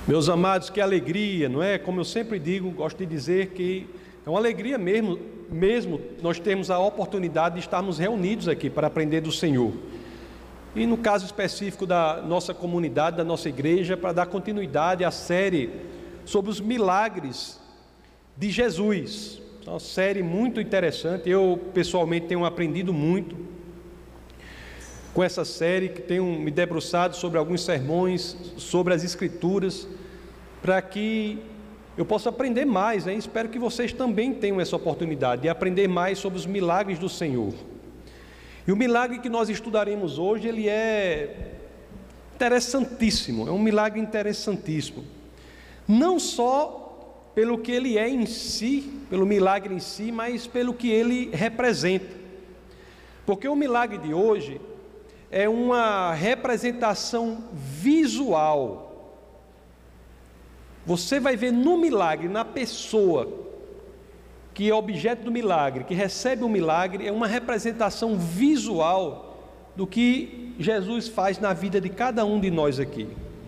Meus amados, que alegria, não é? Como eu sempre digo, gosto de dizer que é uma alegria mesmo nós termos a oportunidade de estarmos reunidos aqui para aprender do Senhor. E no caso específico da nossa comunidade, da nossa igreja, para dar continuidade à série sobre os milagres de Jesus. É uma série muito interessante, eu pessoalmente tenho aprendido muito com essa série, que tenho me debruçado sobre alguns sermões, sobre as Escrituras, para que eu possa aprender mais, né? Espero que vocês também tenham essa oportunidade de aprender mais sobre os milagres do Senhor. E o milagre que nós estudaremos hoje, ele é interessantíssimo, é um milagre interessantíssimo. Não só pelo que ele é em si, pelo milagre em si, mas pelo que ele representa. Porque o milagre de hoje é uma representação visual. Você vai ver no milagre, na pessoa que é objeto do milagre, que recebe o milagre, é uma representação visual do que Jesus faz na vida de cada um de nós aqui.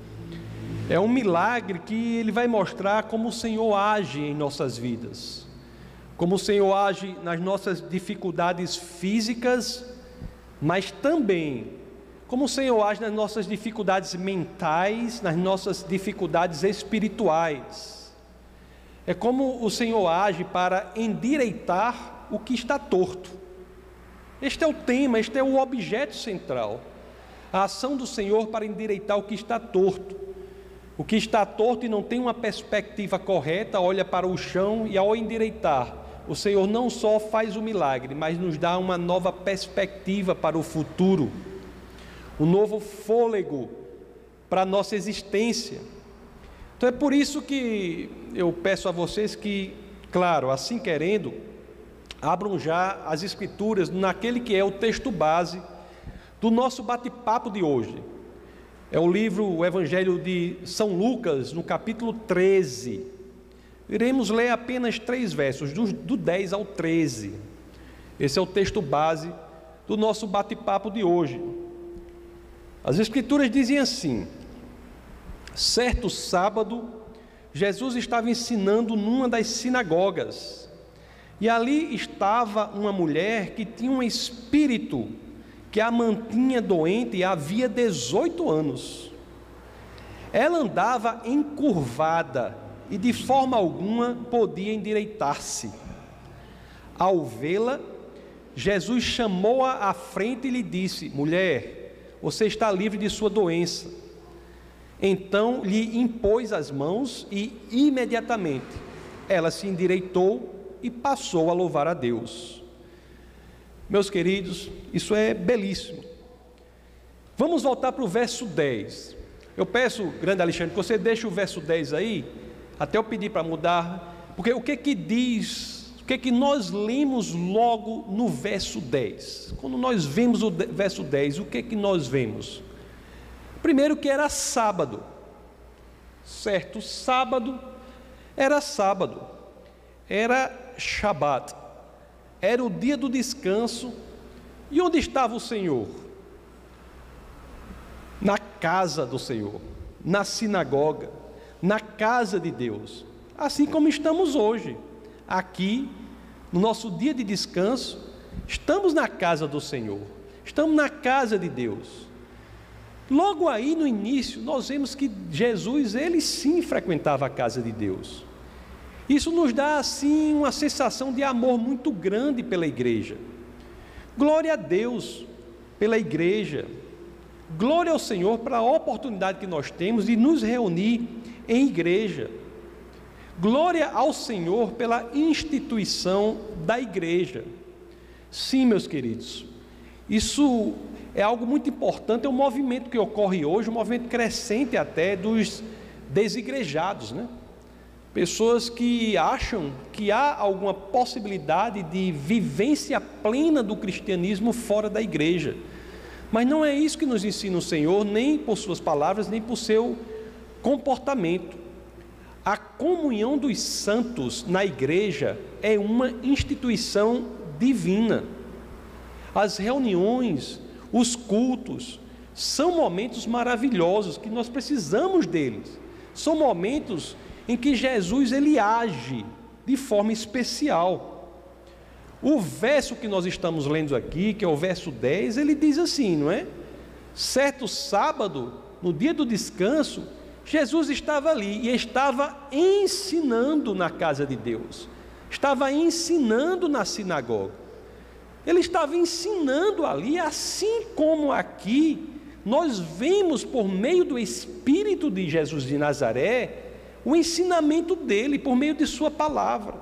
É um milagre que ele vai mostrar como o Senhor age em nossas vidas, como o Senhor age nas nossas dificuldades físicas, mas também como o Senhor age nas nossas dificuldades mentais, nas nossas dificuldades espirituais. É como o Senhor age para endireitar o que está torto. Este é o tema, este é o objeto central. A ação do Senhor para endireitar o que está torto. O que está torto e não tem uma perspectiva correta, olha para o chão e ao endireitar, o Senhor não só faz o milagre, mas nos dá uma nova perspectiva para o futuro, um novo fôlego para a nossa existência. Então é por isso que eu peço a vocês que, claro, assim querendo, abram já as Escrituras naquele que é o texto base do nosso bate-papo de hoje. É o livro, o Evangelho de São Lucas, no capítulo 13. Iremos ler apenas 3 versos, do 10 ao 13. Esse é o texto base do nosso bate-papo de hoje. As Escrituras dizem assim: certo sábado, Jesus estava ensinando numa das sinagogas, e ali estava uma mulher que tinha um espírito que a mantinha doente havia 18 anos. Ela andava encurvada e de forma alguma podia endireitar-se. Ao vê-la, Jesus chamou-a à frente e lhe disse: mulher, você está livre de sua doença. Então lhe impôs as mãos e imediatamente ela se endireitou e passou a louvar a Deus. Meus queridos, isso é belíssimo. Vamos voltar para o verso 10. Eu peço, grande Alexandre, que você deixe o verso 10 aí, até eu pedir para mudar, porque o que que diz, o que que nós lemos logo no verso 10? Quando nós vemos o verso 10, o que que nós vemos? Primeiro que era sábado, certo? Sábado, era Shabat, era o dia do descanso. E onde estava o Senhor? Na casa do Senhor, na sinagoga, na casa de Deus, assim como estamos hoje, aqui, no nosso dia de descanso, estamos na casa do Senhor, estamos na casa de Deus. Logo aí no início, nós vemos que Jesus, ele sim frequentava a casa de Deus. Isso nos dá assim uma sensação de amor muito grande pela igreja. Glória a Deus pela igreja, glória ao Senhor pela oportunidade que nós temos de nos reunir em igreja. Glória ao Senhor pela instituição da igreja. Sim, meus queridos, isso é algo muito importante, é um movimento que ocorre hoje, um movimento crescente até dos desigrejados, né? Pessoas que acham que há alguma possibilidade de vivência plena do cristianismo fora da igreja. Mas não é isso que nos ensina o Senhor, nem por suas palavras, nem por seu comportamento. A comunhão dos santos na igreja é uma instituição divina. As reuniões, os cultos, são momentos maravilhosos que nós precisamos deles são momentos em que Jesus ele age de forma especial. O verso que nós estamos lendo aqui, que é o verso 10, ele diz assim, não é? Certo sábado, no dia do descanso, Jesus estava ali e estava ensinando na casa de Deus, estava ensinando na sinagoga. Ele estava ensinando ali, assim como aqui, nós vemos por meio do Espírito de Jesus de Nazaré, o ensinamento dele por meio de sua palavra.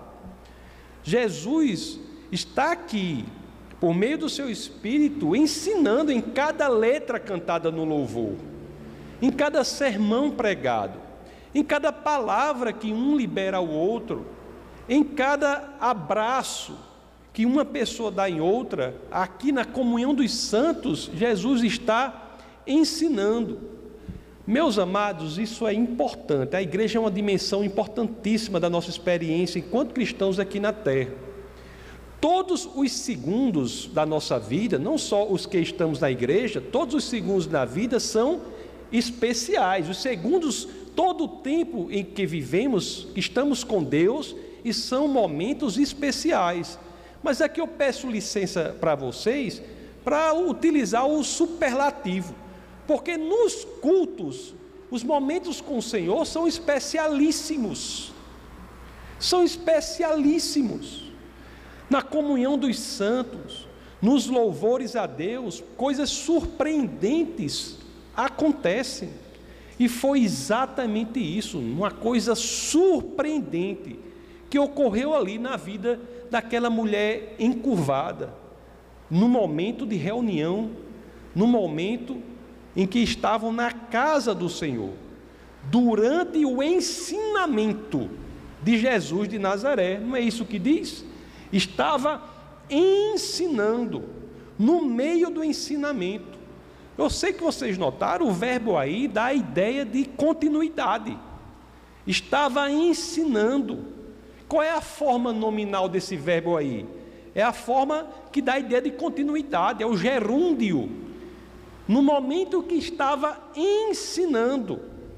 Jesus está aqui, por meio do seu Espírito, ensinando em cada letra cantada no louvor, em cada sermão pregado, em cada palavra que um libera ao outro, em cada abraço que uma pessoa dá em outra. Aqui na comunhão dos santos, Jesus está ensinando. Meus amados, isso é importante. A igreja é uma dimensão importantíssima da nossa experiência enquanto cristãos aqui na terra. Todos os segundos da nossa vida, não só os que estamos na igreja, todos os segundos da vida são especiais. Os segundos, todo o tempo em que vivemos, estamos com Deus, e são momentos especiais. Mas aqui eu peço licença para vocês para utilizar o superlativo, porque nos cultos, os momentos com o Senhor são especialíssimos. São especialíssimos. Na comunhão dos santos, nos louvores a Deus, coisas surpreendentes acontecem. E foi exatamente isso, uma coisa surpreendente que ocorreu ali na vida daquela mulher encurvada, no momento de reunião, no momento em que estavam na casa do Senhor, durante o ensinamento de Jesus de Nazaré. Não é isso que diz? Estava ensinando, no meio do ensinamento. Eu sei que vocês notaram, o verbo aí dá a ideia de continuidade. Estava ensinando. Qual é a forma nominal desse verbo aí? É a forma que dá a ideia de continuidade, é o gerúndio. No momento que estava ensinando.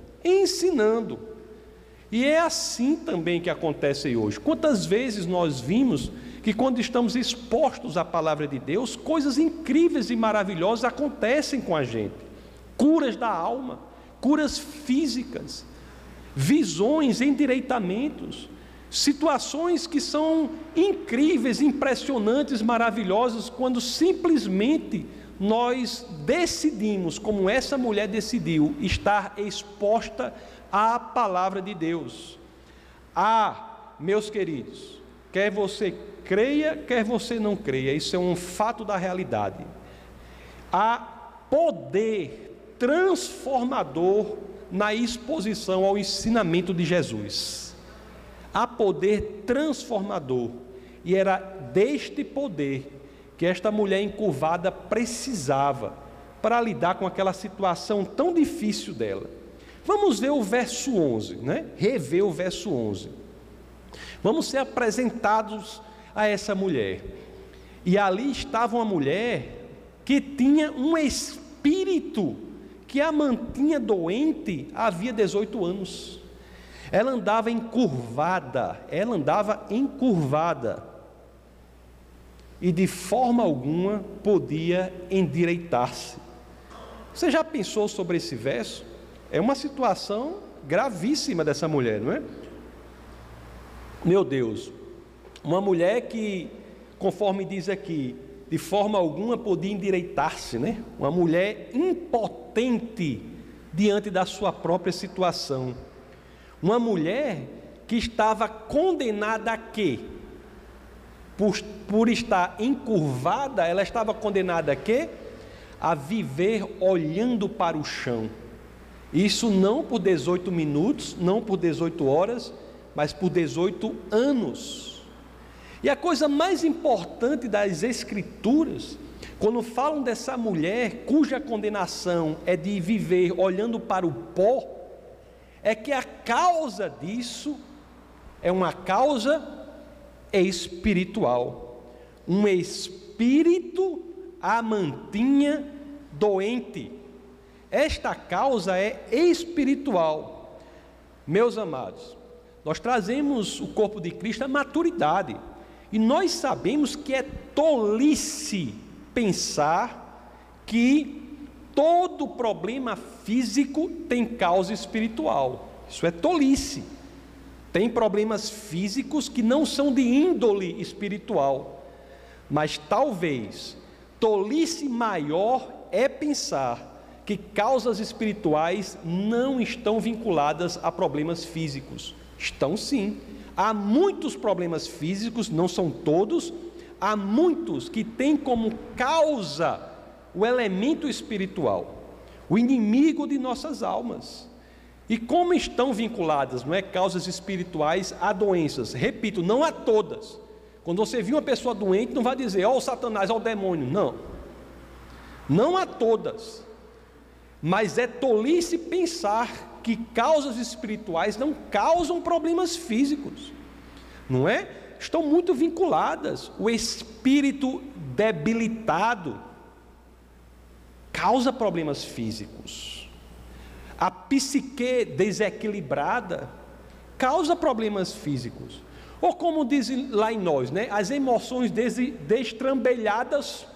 E é assim também que acontece hoje. Quantas vezes nós vimos que quando estamos expostos à palavra de Deus, coisas incríveis e maravilhosas acontecem com a gente. Curas da alma, curas físicas, visões, endireitamentos, situações que são incríveis, impressionantes, maravilhosas, quando simplesmente nós decidimos, como essa mulher decidiu, estar exposta à palavra de Deus. Meus queridos, quer você creia, quer você não creia, isso é um fato da realidade. Há poder transformador na exposição ao ensinamento de Jesus. Há poder transformador, e era deste poder que esta mulher encurvada precisava para lidar com aquela situação tão difícil dela. Vamos ver o verso 11, né? Rever o verso 11. Vamos ser apresentados a essa mulher. E ali estava uma mulher que tinha um espírito que a mantinha doente havia 18 anos. Ela andava encurvada, e de forma alguma podia endireitar-se. Você já pensou sobre esse verso? É uma situação gravíssima dessa mulher, não é? Meu Deus, uma mulher que, conforme diz aqui, de forma alguma podia endireitar-se, né? Uma mulher impotente diante da sua própria situação. Uma mulher que estava condenada a quê? Por estar encurvada, ela estava condenada a quê? A viver olhando para o chão. Isso não por 18 minutos, não por 18 horas, mas por 18 anos. E a coisa mais importante das Escrituras, quando falam dessa mulher cuja condenação é de viver olhando para o pó, é que a causa disso é uma causa espiritual. Um espírito a mantinha doente. Esta causa é espiritual. Meus amados, nós trazemos o corpo de Cristo à maturidade, e nós sabemos que é tolice pensar que todo problema físico tem causa espiritual. Isso é tolice. Tem problemas físicos que não são de índole espiritual, mas talvez tolice maior é pensar que causas espirituais não estão vinculadas a problemas físicos. Estão sim. Há muitos problemas físicos, não são todos, há muitos que têm como causa o elemento espiritual, o inimigo de nossas almas. E como estão vinculadas, não é, causas espirituais a doenças? Repito, não a todas. Quando você viu uma pessoa doente, não vai dizer, ó, o Satanás, ó, o demônio. Não. Não a todas. Mas é tolice pensar que causas espirituais não causam problemas físicos, não é? Estão muito vinculadas. O espírito debilitado causa problemas físicos. A psique desequilibrada causa problemas físicos. Ou como diz lá em nós, né? As emoções destrambelhadas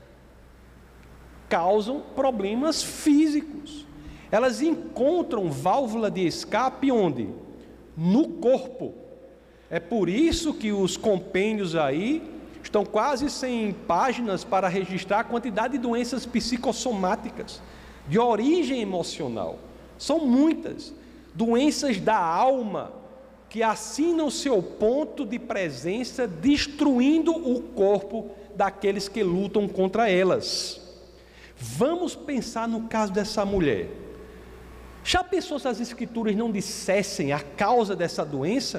causam problemas físicos. Elas encontram válvula de escape onde? No corpo. É por isso que os compêndios aí estão quase 100 páginas para registrar a quantidade de doenças psicossomáticas, de origem emocional. São muitas. Doenças da alma, que assinam seu ponto de presença, destruindo o corpo daqueles que lutam contra elas. Vamos pensar no caso dessa mulher. Já pensou se as escrituras não dissessem a causa dessa doença?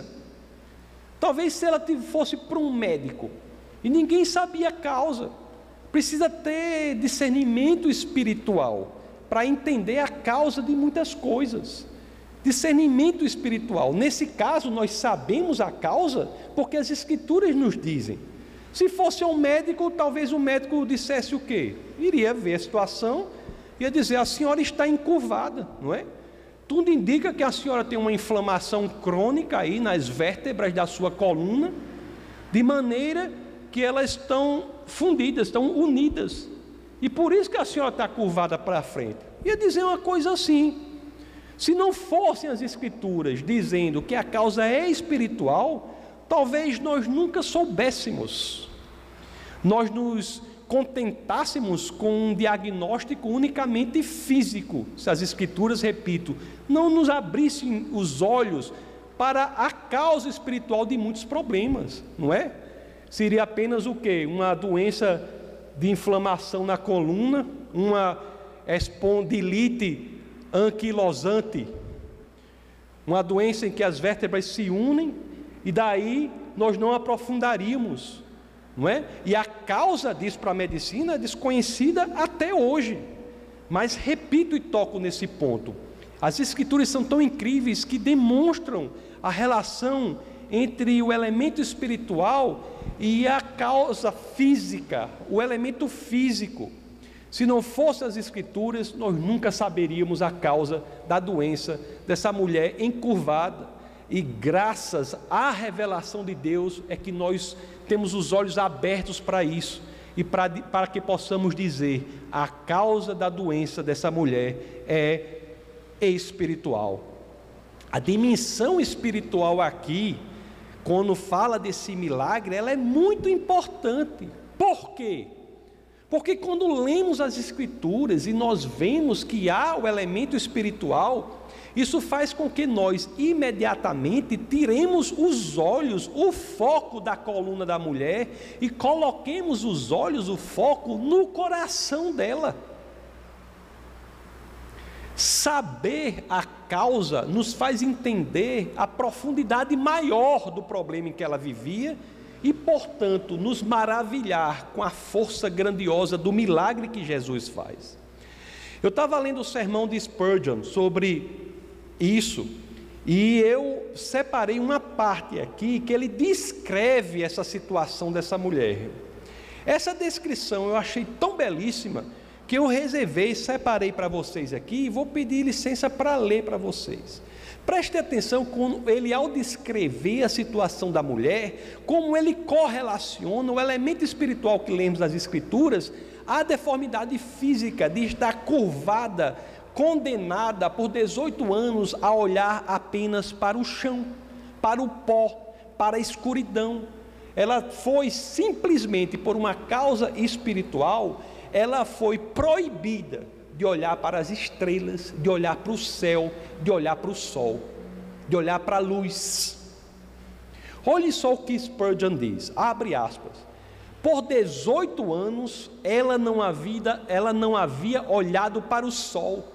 Talvez se ela fosse para um médico e ninguém sabia a causa. Precisa ter discernimento espiritual para entender a causa de muitas coisas. Discernimento espiritual. Nesse caso, nós sabemos a causa porque as escrituras nos dizem. Se fosse um médico, talvez o médico dissesse o quê? Iria ver a situação, ia dizer, a senhora está encurvada, não é? Tudo indica que a senhora tem uma inflamação crônica aí nas vértebras da sua coluna, de maneira que elas estão fundidas, estão unidas, e por isso que a senhora está curvada para frente. Ia dizer uma coisa assim. Se não fossem as escrituras dizendo que a causa é espiritual, talvez nós nunca soubéssemos. Nós nos contentássemos com um diagnóstico unicamente físico, se as escrituras, repito, não nos abrissem os olhos para a causa espiritual de muitos problemas, não é? Seria apenas o quê? Uma doença de inflamação na coluna, uma espondilite anquilosante, uma doença em que as vértebras se unem, e daí nós não aprofundaríamos, não é? E a causa disso para a medicina é desconhecida até hoje. Mas repito e toco nesse ponto, as escrituras são tão incríveis que demonstram a relação entre o elemento espiritual e a causa física, o elemento físico. Se não fossem as escrituras, nós nunca saberíamos a causa da doença dessa mulher encurvada. E graças à revelação de Deus é que nós temos os olhos abertos para isso, e para que possamos dizer, a causa da doença dessa mulher é espiritual. A dimensão espiritual aqui, quando fala desse milagre, ela é muito importante. Por quê? Porque quando lemos as escrituras e nós vemos que há o elemento espiritual, isso faz com que nós imediatamente tiremos os olhos, o foco da coluna da mulher, e coloquemos os olhos, o foco no coração dela. Saber a causa nos faz entender a profundidade maior do problema em que ela vivia e, portanto, nos maravilhar com a força grandiosa do milagre que Jesus faz. Eu estava lendo o sermão de Spurgeon sobre isso, e eu separei uma parte aqui que ele descreve essa situação dessa mulher. Essa descrição eu achei tão belíssima que eu reservei, separei para vocês aqui, e vou pedir licença para ler para vocês. Preste atenção quando ele, ao descrever a situação da mulher, como ele correlaciona o elemento espiritual que lemos nas Escrituras à deformidade física de estar curvada, condenada por 18 anos a olhar apenas para o chão, para o pó, para a escuridão. Ela foi simplesmente por uma causa espiritual, ela foi proibida de olhar para as estrelas, de olhar para o céu, de olhar para o sol, de olhar para a luz. Olhe só o que Spurgeon diz, abre aspas: por 18 anos ela não havia olhado para o sol.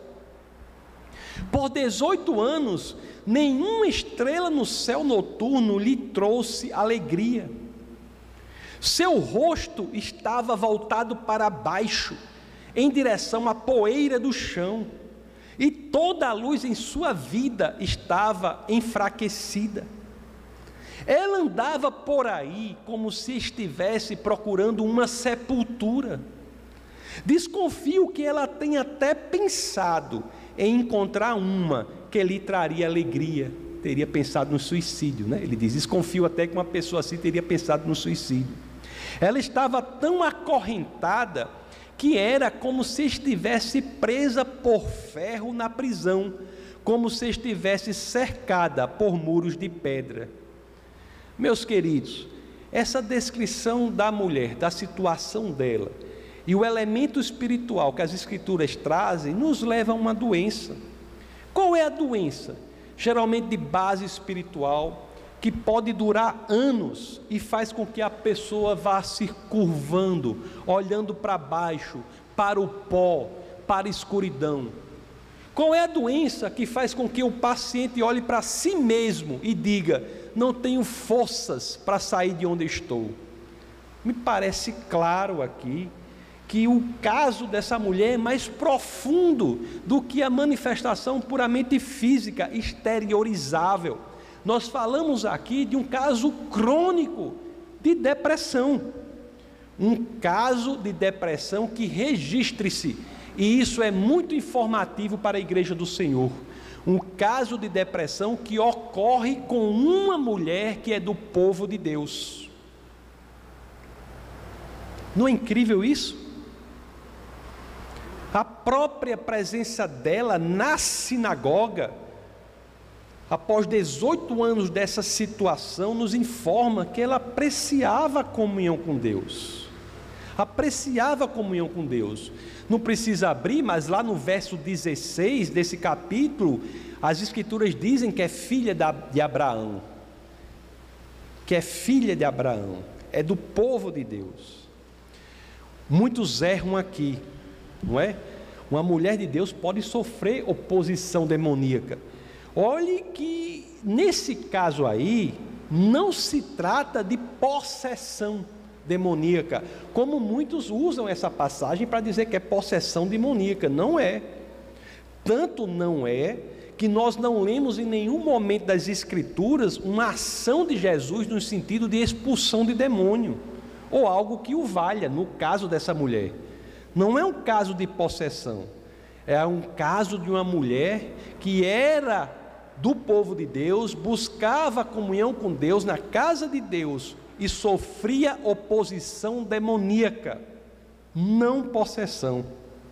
Por 18 anos, nenhuma estrela no céu noturno lhe trouxe alegria. Seu rosto estava voltado para baixo, em direção à poeira do chão, e toda a luz em sua vida estava enfraquecida. Ela andava por aí como se estivesse procurando uma sepultura. Desconfio que ela tenha até pensado em encontrar uma que lhe traria alegria. Teria pensado no suicídio, né? Ele diz, desconfio até que uma pessoa assim teria pensado no suicídio. Ela estava tão acorrentada que era como se estivesse presa por ferro na prisão, como se estivesse cercada por muros de pedra. Meus queridos, essa descrição da mulher, da situação dela, e o elemento espiritual que as Escrituras trazem, nos leva a uma doença. Qual é a doença? Geralmente de base espiritual, que pode durar anos e faz com que a pessoa vá se curvando, olhando para baixo, para o pó, para a escuridão. Qual é a doença que faz com que o paciente olhe para si mesmo e diga, não tenho forças para sair de onde estou? Me parece claro aqui que o caso dessa mulher é mais profundo do que a manifestação puramente física, exteriorizável. Nós falamos aqui de um caso crônico de depressão, um caso de depressão que registre-se, e isso é muito informativo para a igreja do Senhor, um caso de depressão que ocorre com uma mulher que é do povo de Deus. Não é incrível isso? A própria presença dela na sinagoga, após 18 anos dessa situação, nos informa que ela apreciava a comunhão com Deus. Apreciava a comunhão com Deus. Não precisa abrir, mas lá no verso 16 desse capítulo, as Escrituras dizem que é filha de Abraão. Que é filha de Abraão. É do povo de Deus. Muitos erram aqui, não é? Uma mulher de Deus pode sofrer oposição demoníaca. Olhe que nesse caso aí, não se trata de possessão demoníaca, como muitos usam essa passagem para dizer que é possessão demoníaca. Não é. Tanto não é que nós não lemos em nenhum momento das Escrituras uma ação de Jesus no sentido de expulsão de demônio, ou algo que o valha, no caso dessa mulher. Não é um caso de possessão, é um caso de uma mulher que era do povo de Deus, buscava comunhão com Deus na casa de Deus e sofria oposição demoníaca, não possessão.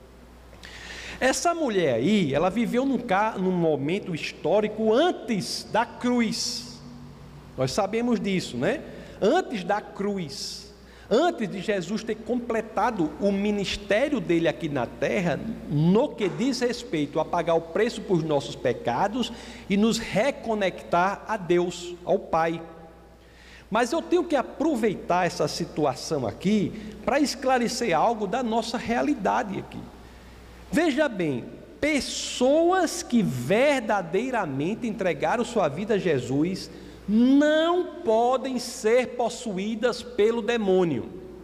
Essa mulher aí, ela viveu num momento histórico antes da cruz. Nós sabemos disso, né? Antes da cruz, antes de Jesus ter completado o ministério dele aqui na terra, no que diz respeito a pagar o preço por nossos pecados e nos reconectar a Deus, ao Pai. Mas eu tenho que aproveitar essa situação aqui para esclarecer algo da nossa realidade aqui. Veja bem, pessoas que verdadeiramente entregaram sua vida a Jesus não podem ser possuídas pelo demônio.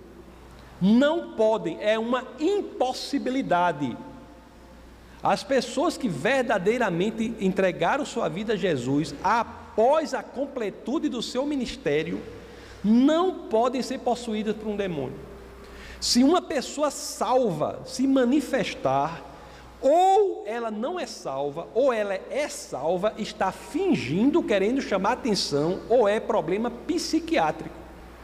Não podem, é uma impossibilidade. As pessoas que verdadeiramente entregaram sua vida a Jesus após a completude do seu ministério não podem ser possuídas por um demônio. Se uma pessoa salva se manifestar, Ou ela não é salva, ou ela é salva, está fingindo, querendo chamar atenção, ou é problema psiquiátrico.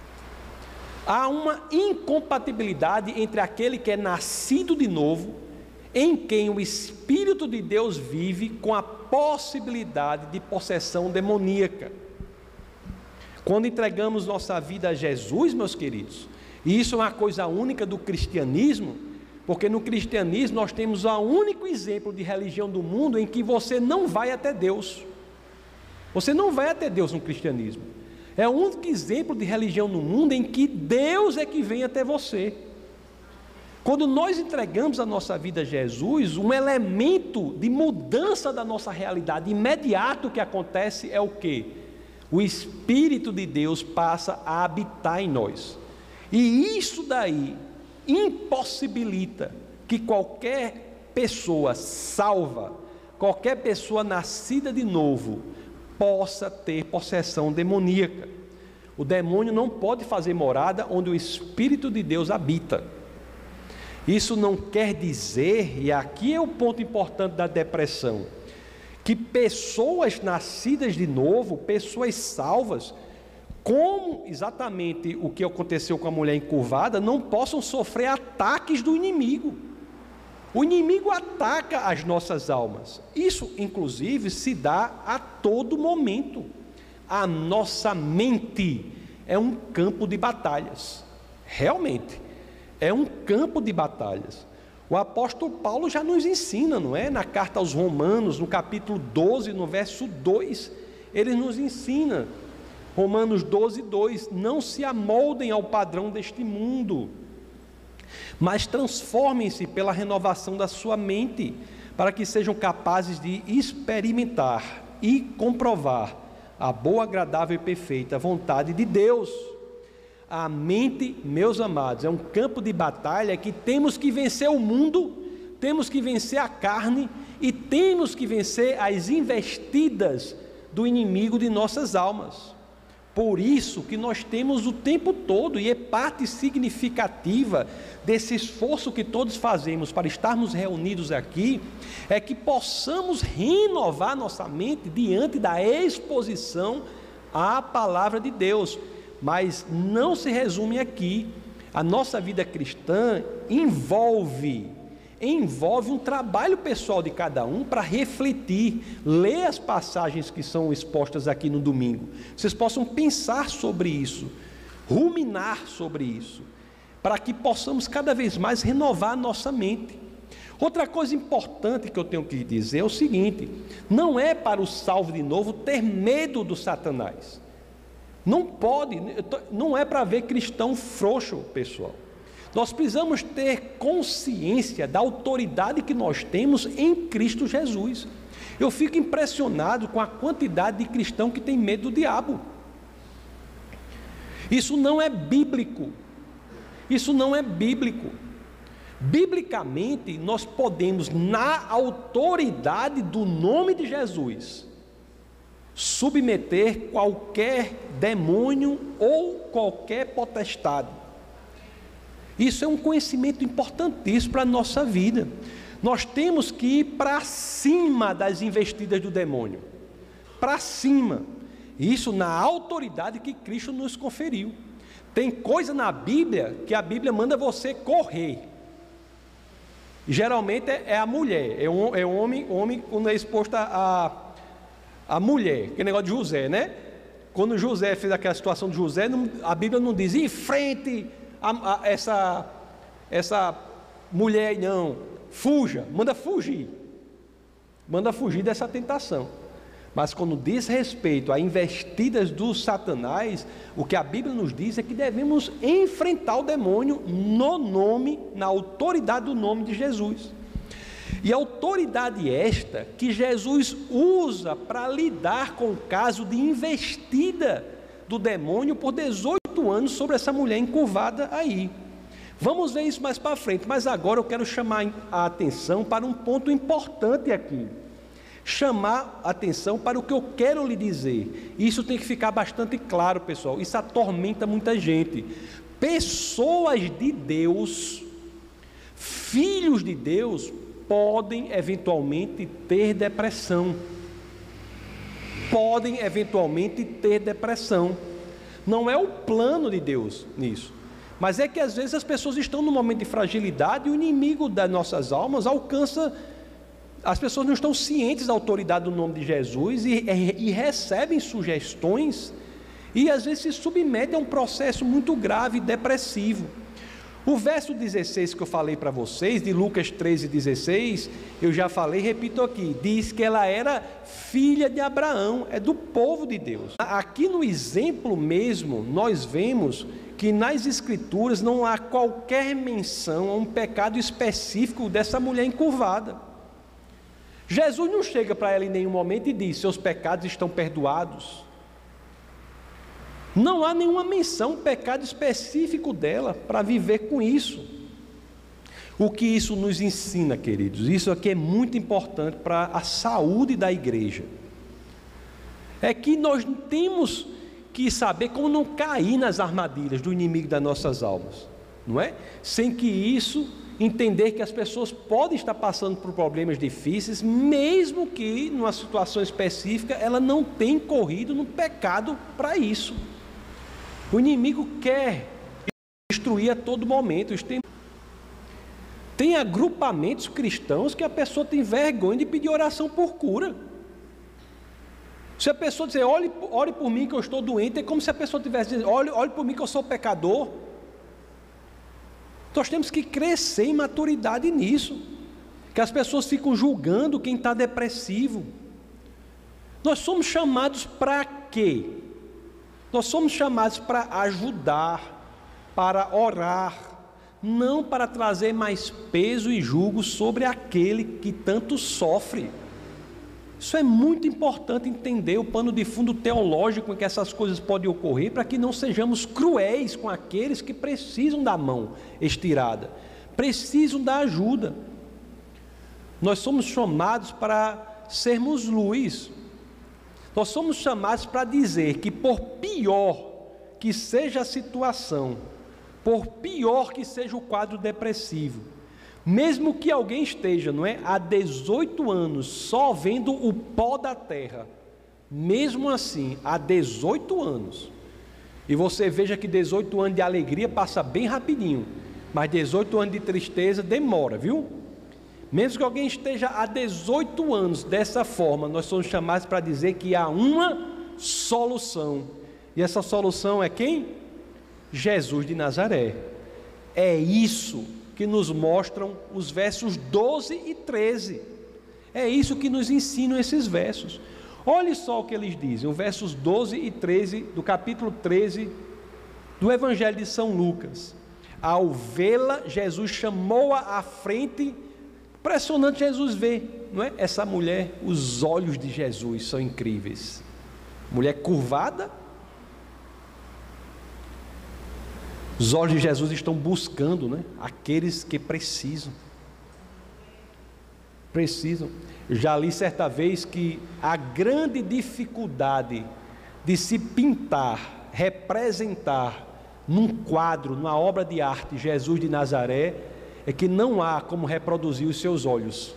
Há uma incompatibilidade entre aquele que é nascido de novo, em quem o Espírito de Deus vive, com a possibilidade de possessão demoníaca. Quando entregamos nossa vida a Jesus, meus queridos, e isso é uma coisa única do cristianismo, porque no cristianismo nós temos o único exemplo de religião do mundo em que você não vai até Deus. Você não vai até Deus no cristianismo. É o único exemplo de religião no mundo em que Deus é que vem até você. Quando nós entregamos a nossa vida a Jesus, um elemento de mudança da nossa realidade imediato que acontece é o quê? O Espírito de Deus passa a habitar em nós. E isso daí impossibilita que qualquer pessoa salva, qualquer pessoa nascida de novo, possa ter possessão demoníaca. O demônio não pode fazer morada onde o Espírito de Deus habita. Isso não quer dizer, e aqui é o ponto importante da depressão, que pessoas nascidas de novo, pessoas salvas, como exatamente o que aconteceu com a mulher encurvada, não possam sofrer ataques do inimigo. O inimigo ataca as nossas almas. Isso, inclusive, se dá a todo momento. A nossa mente é um campo de batalhas. Realmente, é um campo de batalhas. O apóstolo Paulo já nos ensina, não é? Na carta aos Romanos, no capítulo 12, no verso 2, ele nos ensina. Romanos 12, 2, não se amoldem ao padrão deste mundo, mas transformem-se pela renovação da sua mente, para que sejam capazes de experimentar e comprovar a boa, agradável e perfeita vontade de Deus. A mente, meus amados, é um campo de batalha que temos que vencer o mundo, temos que vencer a carne e temos que vencer as investidas do inimigo de nossas almas. Por isso que nós temos o tempo todo, e é parte significativa desse esforço que todos fazemos para estarmos reunidos aqui, é que possamos renovar nossa mente diante da exposição à palavra de Deus. Mas não se resume aqui. A nossa vida cristã envolve um trabalho pessoal de cada um para refletir, ler as passagens que são expostas aqui no domingo. Vocês possam pensar sobre isso, ruminar sobre isso, para que possamos cada vez mais renovar a nossa mente. Outra coisa importante que eu tenho que dizer é o seguinte: não é para o salvo de novo ter medo do Satanás. Não pode, não é para ver cristão frouxo, pessoal. Nós precisamos ter consciência da autoridade que nós temos em Cristo Jesus. Eu fico impressionado com a quantidade de cristão que tem medo do diabo. Isso não é bíblico. Isso não é bíblico. Biblicamente, nós podemos, na autoridade do nome de Jesus, submeter qualquer demônio ou qualquer potestade. Isso é um conhecimento importantíssimo para a nossa vida. Nós temos que ir para cima das investidas do demônio, para cima. Isso na autoridade que Cristo nos conferiu. Tem coisa na Bíblia que a Bíblia manda você correr. Geralmente é a mulher, é o homem quando é exposto a mulher, aquele negócio de José, né? Quando José fez aquela situação de José, a Bíblia não diz enfrente essa mulher, não, fuja, manda fugir dessa tentação. Mas quando diz respeito a investidas do Satanás, o que a Bíblia nos diz é que devemos enfrentar o demônio na autoridade do nome de Jesus. E a autoridade esta que Jesus usa para lidar com o caso de investida do demônio por 18 anos sobre essa mulher encurvada aí. Vamos ver isso mais para frente, mas agora eu quero chamar a atenção para um ponto importante aqui. Chamar a atenção para o que eu quero lhe dizer. Isso tem que ficar bastante claro, pessoal. Isso atormenta muita gente. Pessoas de Deus, filhos de Deus, podem eventualmente ter depressão. Podem eventualmente ter depressão. Não é o plano de Deus nisso, mas é que às vezes as pessoas estão num momento de fragilidade e o inimigo das nossas almas alcança. As pessoas não estão cientes da autoridade do nome de Jesus e recebem sugestões e às vezes se submetem a um processo muito grave, depressivo. O verso 16 que eu falei para vocês, de Lucas 13:16, eu já falei, repito aqui, diz que ela era filha de Abraão, é do povo de Deus. Aqui no exemplo mesmo, nós vemos que nas Escrituras não há qualquer menção a um pecado específico dessa mulher encurvada. Jesus não chega para ela em nenhum momento e diz: seus pecados estão perdoados. Não há nenhuma menção, pecado específico dela para viver com isso. O que isso nos ensina, queridos? Isso aqui é muito importante para a saúde da igreja. É que nós temos que saber como não cair nas armadilhas do inimigo das nossas almas, não é? Sem que isso, entender que as pessoas podem estar passando por problemas difíceis, mesmo que numa situação específica ela não tenha corrido no pecado para isso. O inimigo quer destruir a todo momento. Tem agrupamentos cristãos que a pessoa tem vergonha de pedir oração por cura. Se a pessoa dizer, ore por mim que eu estou doente, é como se a pessoa estivesse dizendo, olhe por mim que eu sou pecador. Nós temos que crescer em maturidade nisso, que as pessoas ficam julgando quem está depressivo. Nós somos chamados para quê? Nós somos chamados para ajudar, para orar, não para trazer mais peso e julgo sobre aquele que tanto sofre. Isso é muito importante entender o pano de fundo teológico em que essas coisas podem ocorrer, para que não sejamos cruéis com aqueles que precisam da mão estirada, precisam da ajuda. Nós somos chamados para sermos luz. Nós somos chamados para dizer que por pior que seja a situação, por pior que seja o quadro depressivo, mesmo que alguém esteja, não é, há 18 anos só vendo o pó da terra, mesmo assim, há 18 anos, e você veja que 18 anos de alegria passa bem rapidinho, mas 18 anos de tristeza demora, viu? Mesmo que alguém esteja há 18 anos dessa forma, nós somos chamados para dizer que há uma solução, e essa solução é quem? Jesus de Nazaré. É isso que nos mostram os versos 12 e 13, é isso que nos ensinam esses versos. Olhe só o que eles dizem, os versos 12 e 13 do capítulo 13 do Evangelho de São Lucas. Ao vê-la, Jesus chamou-a à frente. Impressionante Jesus ver, não é? Essa mulher, os olhos de Jesus são incríveis. Mulher curvada. Os olhos de Jesus estão buscando, né, aqueles que precisam. Já li certa vez que a grande dificuldade de se pintar, representar num quadro, numa obra de arte, Jesus de Nazaré, é que não há como reproduzir os seus olhos.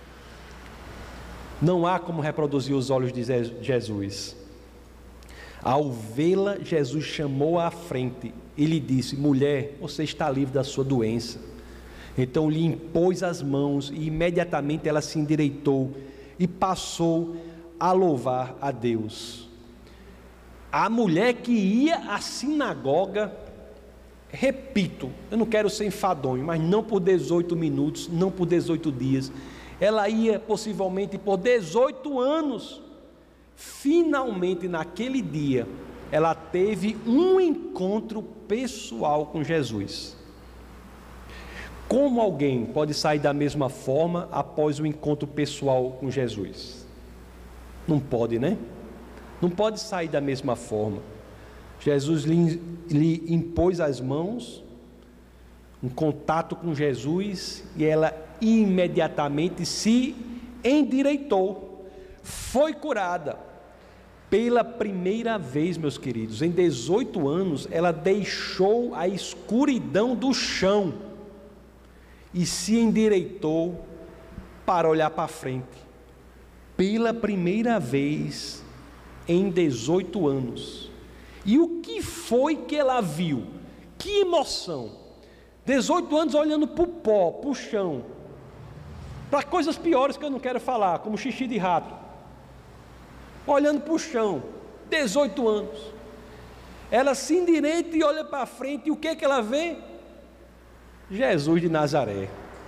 Não há como reproduzir os olhos de Jesus. Ao vê-la, Jesus chamou-a à frente e lhe disse: mulher, você está livre da sua doença. Então lhe impôs as mãos e imediatamente ela se endireitou e passou a louvar a Deus. A mulher que ia à sinagoga, repito, eu não quero ser enfadonho, mas não por 18 minutos, não por 18 dias, ela ia possivelmente por 18 anos. Finalmente naquele dia ela teve um encontro pessoal com Jesus. Como alguém pode sair da mesma forma após o encontro pessoal com Jesus? Não pode, né? Não pode sair da mesma forma. Jesus lhe impôs as mãos, um contato com Jesus, e ela imediatamente se endireitou, foi curada. Pela primeira vez, meus queridos, em 18 anos, ela deixou a escuridão do chão e se endireitou para olhar para frente. Pela primeira vez em 18 anos. E o que foi que ela viu? Que emoção! 18 anos olhando para o pó, para o chão, para coisas piores que eu não quero falar, como xixi de rato. Olhando para o chão, 18 anos. Ela se endireita e olha para frente, e o que é que ela vê? Jesus de Nazaré.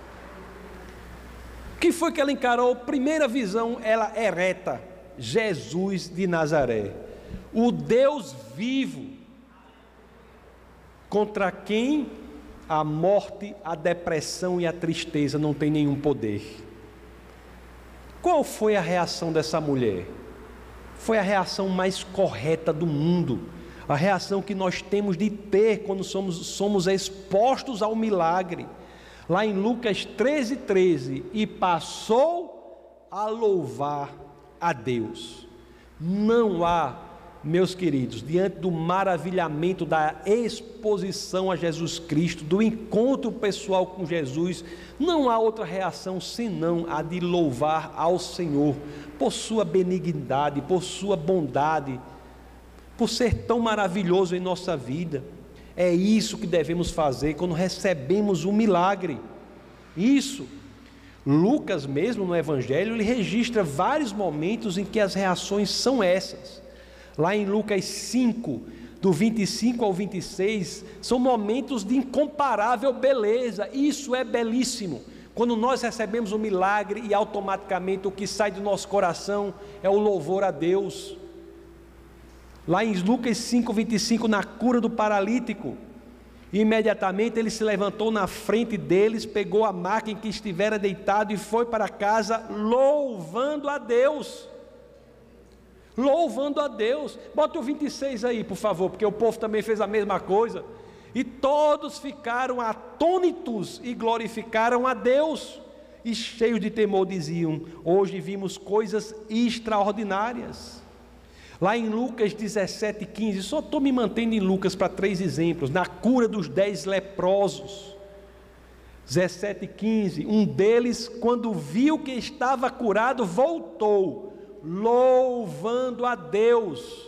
O que foi que ela encarou? Primeira visão, ela ereta, Jesus de Nazaré, o Deus vivo, contra quem a morte, a depressão e a tristeza não tem nenhum poder. Qual foi a reação dessa mulher? Foi a reação mais correta do mundo, a reação que nós temos de ter quando somos expostos ao milagre. Lá em Lucas 13:13, e passou a louvar a Deus. Não há, meus queridos, diante do maravilhamento da exposição a Jesus Cristo, do encontro pessoal com Jesus, não há outra reação senão a de louvar ao Senhor por sua benignidade, por sua bondade, por ser tão maravilhoso em nossa vida. É isso que devemos fazer quando recebemos um milagre. Isso. Lucas mesmo no Evangelho, ele registra vários momentos em que as reações são essas. Lá em Lucas 5, do 25 ao 26, são momentos de incomparável beleza. Isso é belíssimo. Quando nós recebemos um milagre e automaticamente o que sai do nosso coração é o louvor a Deus. Lá em Lucas 5:25, na cura do paralítico, imediatamente ele se levantou na frente deles, pegou a maca em que estivera deitado e foi para casa louvando a Deus. Louvando a Deus. Bota o 26 aí, por favor, porque o povo também fez a mesma coisa. E todos ficaram atônitos e glorificaram a Deus. E cheios de temor diziam: hoje vimos coisas extraordinárias. Lá em Lucas 17:15, só estou me mantendo em Lucas para 3 exemplos, na cura dos 10 leprosos. 17:15, um deles, quando viu que estava curado, voltou, louvando a Deus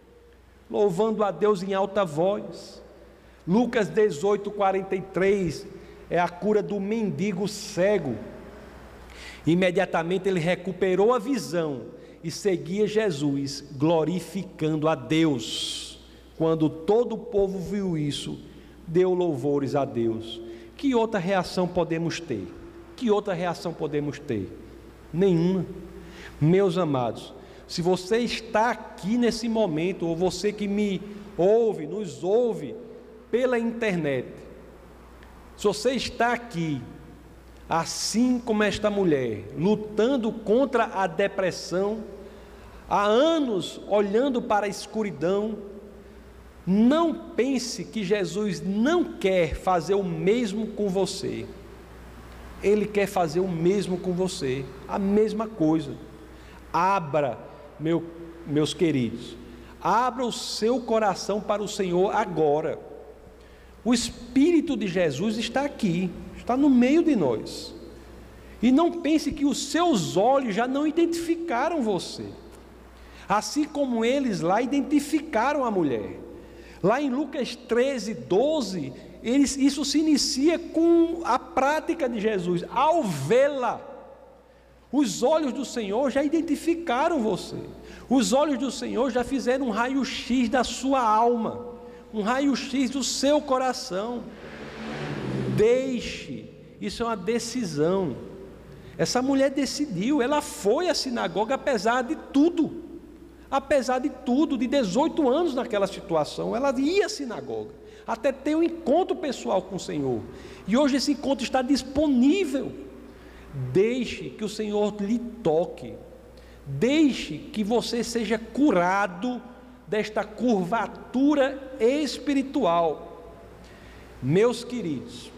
em alta voz. Lucas 18:43, é a cura do mendigo cego. Imediatamente ele recuperou a visão e seguia Jesus, glorificando a Deus. Quando todo o povo viu isso, deu louvores a Deus. Que outra reação podemos ter? Que outra reação podemos ter? Nenhuma. Meus amados, se você está aqui nesse momento, ou você que me ouve, nos ouve pela internet, se você está aqui, assim como esta mulher, lutando contra a depressão, há anos olhando para a escuridão, não pense que Jesus não quer fazer o mesmo com você. Ele quer fazer o mesmo com você, a mesma coisa. Abra, meus queridos, abra o seu coração para o Senhor agora. O Espírito de Jesus está aqui, está no meio de nós. E não pense que os seus olhos já não identificaram você, assim como eles lá identificaram a mulher. Lá em Lucas 13:12, isso se inicia com a prática de Jesus. Ao vê-la, os olhos do Senhor já identificaram você. Os olhos do Senhor já fizeram um raio-x da sua alma, um raio-x do seu coração. Deixe, isso é uma decisão. Essa mulher decidiu, ela foi à sinagoga apesar de tudo, de 18 anos naquela situação, ela ia à sinagoga, até ter um encontro pessoal com o Senhor, e hoje esse encontro está disponível. Deixe que o Senhor lhe toque, deixe que você seja curado desta curvatura espiritual. Meus queridos,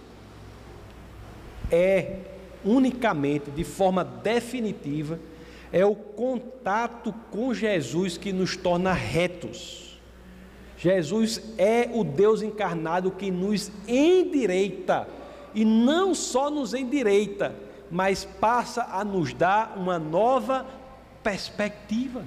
unicamente, de forma definitiva, é o contato com Jesus que nos torna retos. Jesus é o Deus encarnado que nos endireita, e não só nos endireita, mas passa a nos dar uma nova perspectiva.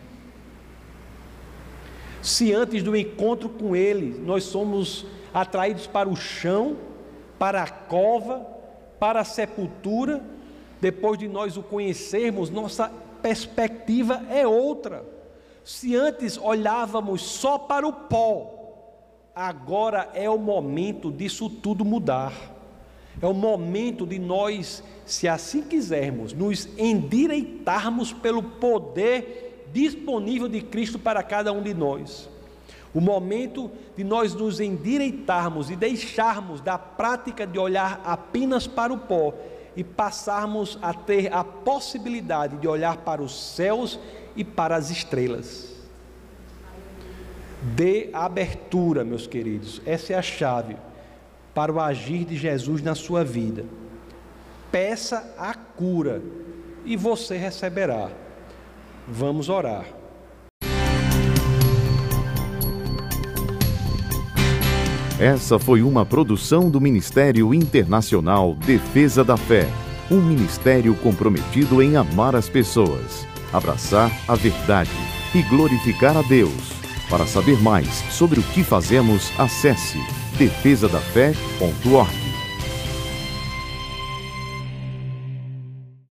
Se antes do encontro com Ele, nós somos atraídos para o chão, para a cova, para a sepultura, depois de nós o conhecermos, nossa perspectiva é outra. Se antes olhávamos só para o pó, agora é o momento disso tudo mudar. É o momento de nós, se assim quisermos, nos endireitarmos pelo poder disponível de Cristo para cada um de nós. O momento de nós nos endireitarmos e deixarmos da prática de olhar apenas para o pó e passarmos a ter a possibilidade de olhar para os céus e para as estrelas. Dê abertura, meus queridos, essa é a chave para o agir de Jesus na sua vida. Peça a cura e você receberá. Vamos orar. Essa foi uma produção do Ministério Internacional Defesa da Fé, um ministério comprometido em amar as pessoas, abraçar a verdade e glorificar a Deus. Para saber mais sobre o que fazemos, acesse defesadafé.org.